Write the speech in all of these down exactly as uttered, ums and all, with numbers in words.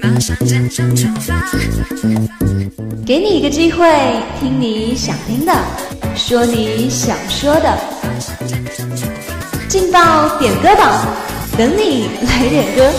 给你一个机会，听你想听的，说你想说的，劲爆点歌榜，等你来点歌。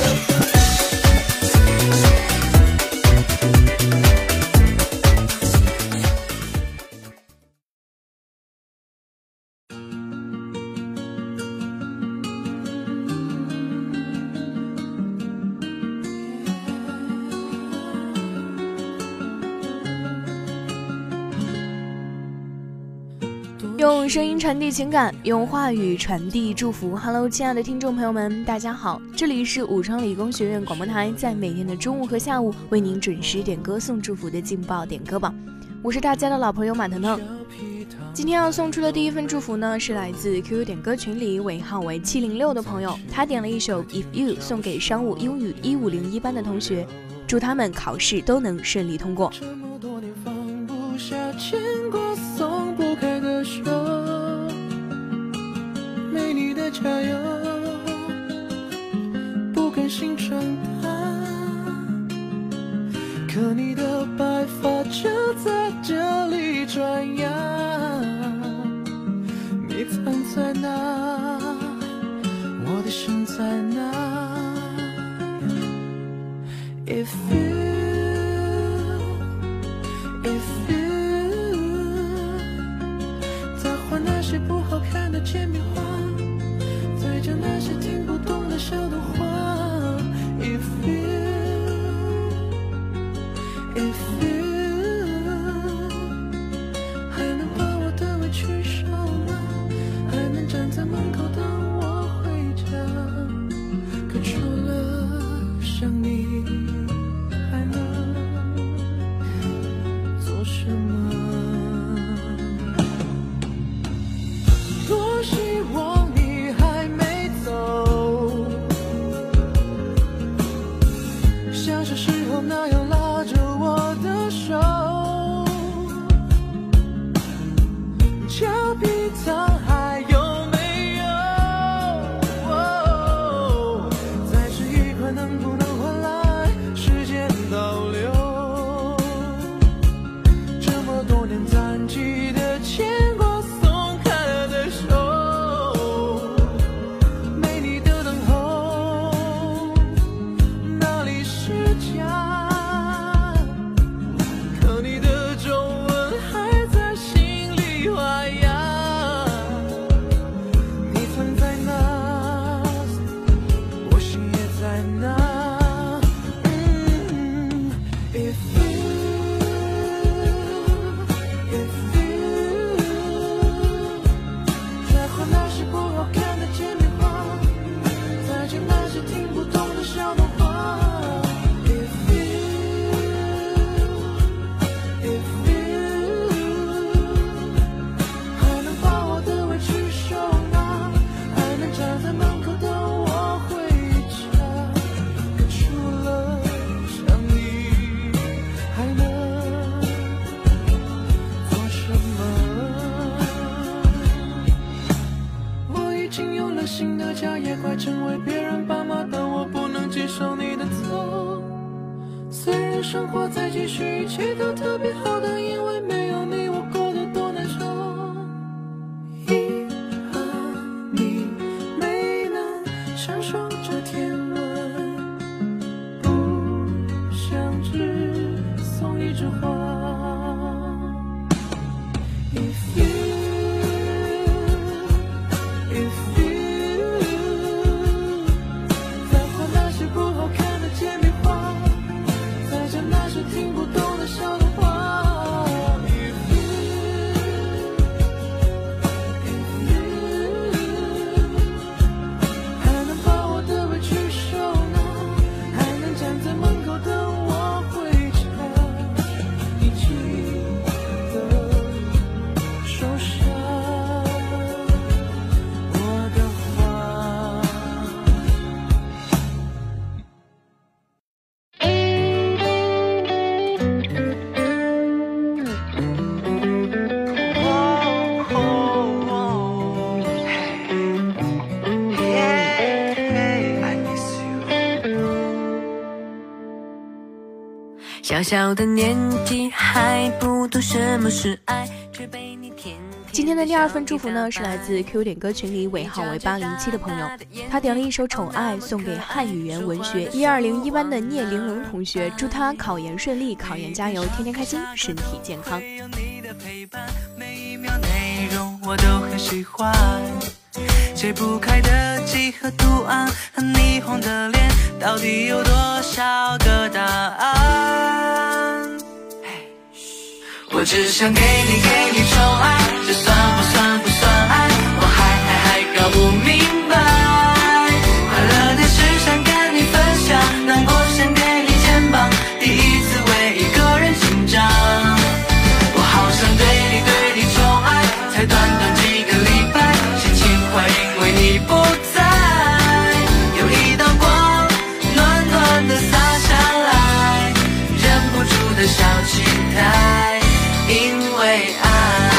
用声音传递情感，用话语传递祝福。Hello， 亲爱的听众朋友们，大家好，这里是武昌理工学院广播台，在每天的中午和下午为您准时点歌送祝福的劲爆点歌榜，我是大家的老朋友马腾腾。今天要送出的第一份祝福呢，是来自 Q Q 点歌群里尾号为七零六的朋友，他点了一首 If You 送给商务英语一五零一班的同学，祝他们考试都能顺利通过。 这么多年放不下牵挂松不开的手，没你的加油不甘心长大，可你的白发就在这里转呀，你藏在哪，我的心在哪。 If you不好看的铅笔画，对着那些听不懂的小动画。If you, if you， 还能把我的委屈收纳，还能站在门口等我回家。可除了想你，还能做什么？ 希望你还没走，像小时候那样拉着我的手，俏皮糖还有没有？哦、再吃一块能不能换来时间倒流？这么多年残疾的牵挂。 新的家也快成为别人爸妈，但我不能接受你的走。虽然生活在继续，一切都特别好，但因为没有你，我过得多难受。遗憾你没能享受这天伦，不想只送一枝花。If you听不懂的小动画 If you, if you 还能把我的委屈收纳，还能站在门口等我回家。 小小的年纪还不懂什么是爱，却被你甜。 今天的第二份祝福呢，是来自 Q Q 点歌群里尾号为八零七的朋友，他点了一首《宠爱》送给汉语言文学一二零一班的聂玲珑同学，祝他考研顺利，考研加油，天天开心，身体健康。 每一秒内容我都很喜欢，解不开的几何图案和霓虹的脸，到底有多少个答案？我只想给你给你宠爱，这算不算不算爱？我还还还搞不明白。快乐的事想跟你分享，难过想给你肩膀，第一次为一个人紧张。我好想对你对你宠爱，才短短几个礼拜，心情坏因为你不在。有一道光暖暖的洒下来，忍不住的小期待。因为爱，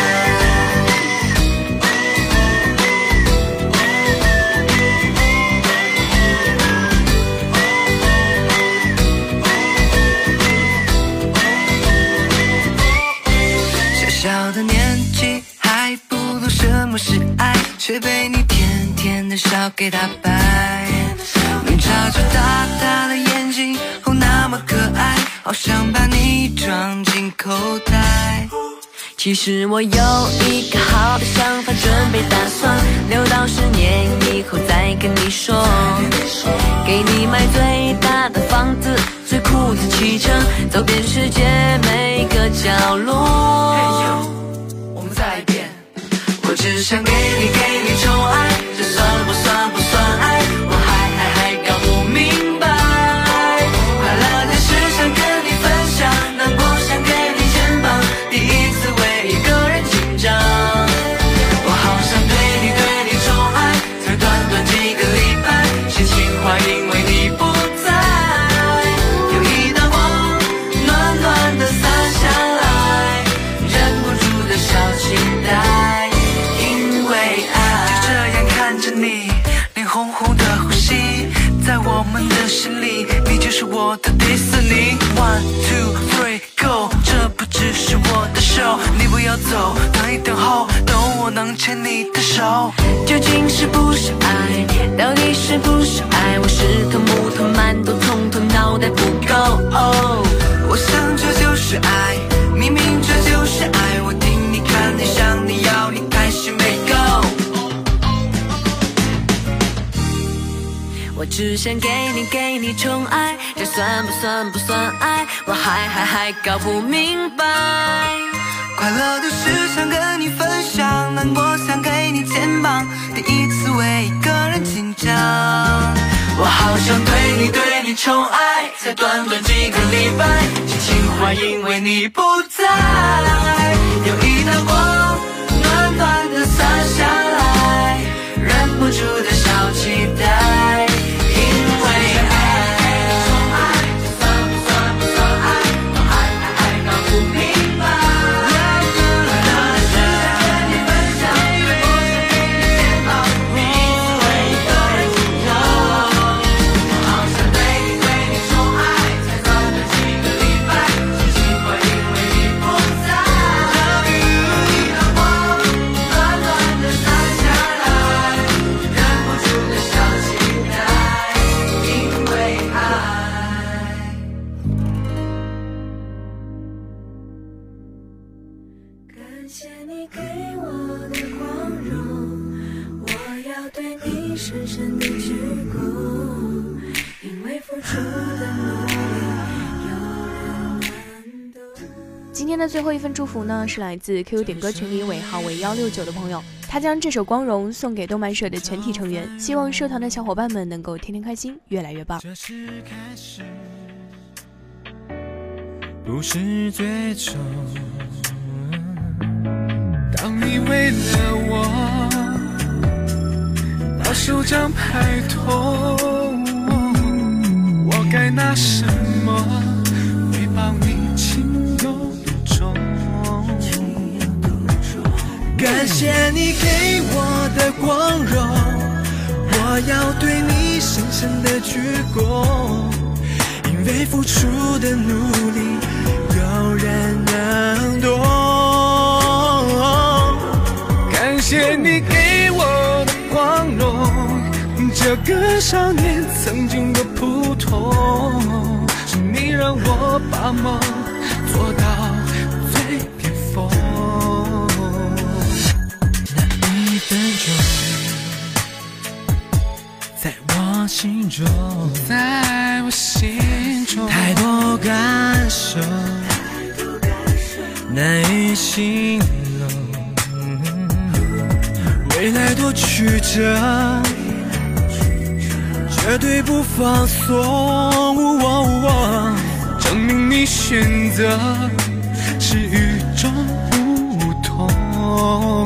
小小的年纪还不懂什么是爱，却被你甜甜的笑给打败。你眨着大大的眼睛，哦那么可爱，好想把你装进口袋。其实我有一个好的想法，准备打算留到十年以后再跟你说，给你买最大的房子，最酷的汽车，走遍世界每个角落。我们再一遍，我只想给你给你宠爱，这算不算不算爱？我还还还搞不明白。快乐的事想跟你分享，难过想给你肩膀，第一次为一个人紧张。我好想对你对你宠爱，才短短几个礼拜，心情坏因为你不在。有一道光暖暖的洒下来，忍不住的小期待。因为爱，就这样看着你脸红红的呼吸，在我们的心里，你就是我的迪士尼。One two three go， 这不只是我的show，你不要走，等一等候，等我能牵你的手。究竟是不是爱？到底是不是爱？我是头木头馒头，通通脑袋不够。哦，我想这就是爱，明明这就是爱。我听你看你想你要你还是没够。我只想给你给你宠爱，这算不算不算爱？我还还还搞不明白。快乐的事想跟你分享，难过想给你肩膀，第一次为一个人紧张。我好想对你对你宠爱，才短短几个礼拜，心情坏因为你不在。有一道光暖暖的洒下来，忍不住的小期待。 感谢你给我的光荣，我要对你深深的鞠躬，因为付出的努力有人感动。 今天的最后一份祝福呢，是来自 Q Q 点歌群里尾号为幺六九的朋友，他将这首《光荣》送给动漫社的全体成员，希望社团的小伙伴们能够天天开心，越来越棒。 这是开始，不是最终。当你为了我把手掌拍痛，我该拿什么回报你情有独钟？感谢你给我的光荣，我要对你深深的鞠躬，因为付出的努力然能懂。感谢你给我的光荣，这个少年曾经的普通，是你让我把梦做到最巅峰。那一分钟，在我心中，在我心中，太多感受，难以形容。未来多曲折，绝对不放松。证明你选择是与众不同。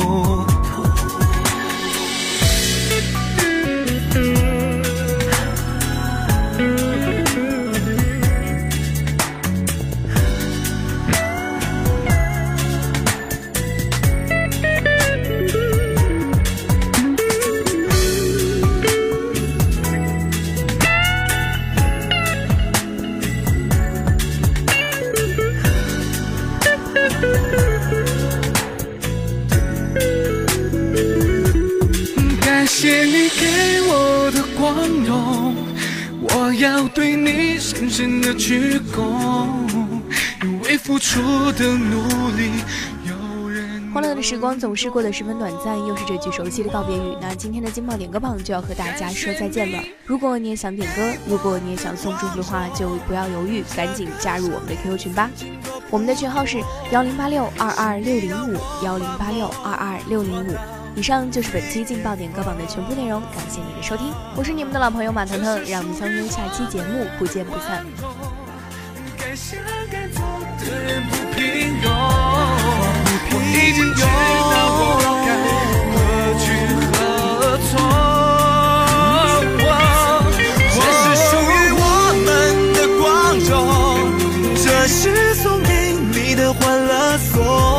谢你给我的光荣，我要对你深深的鞠躬，因为付出的努力有人。 欢乐的时光总是过得十分短暂，又是这句熟悉的告别语。那今天的劲爆点歌榜就要和大家说再见了。如果你也想点歌，如果你也想送祝福的话，就不要犹豫，赶紧加入我们的 Q Q 群吧。我们的群号是幺零八六二二六零五幺零八六二二六零五。以上就是本期劲爆点歌榜的全部内容，感谢你的收听，我是你们的老朋友马腾腾，让我们相约下期节目，不见不散。 该想该做的人不平庸，我已经知道我该何去何从。这是属于我们的光荣，这是送给你的欢乐颂。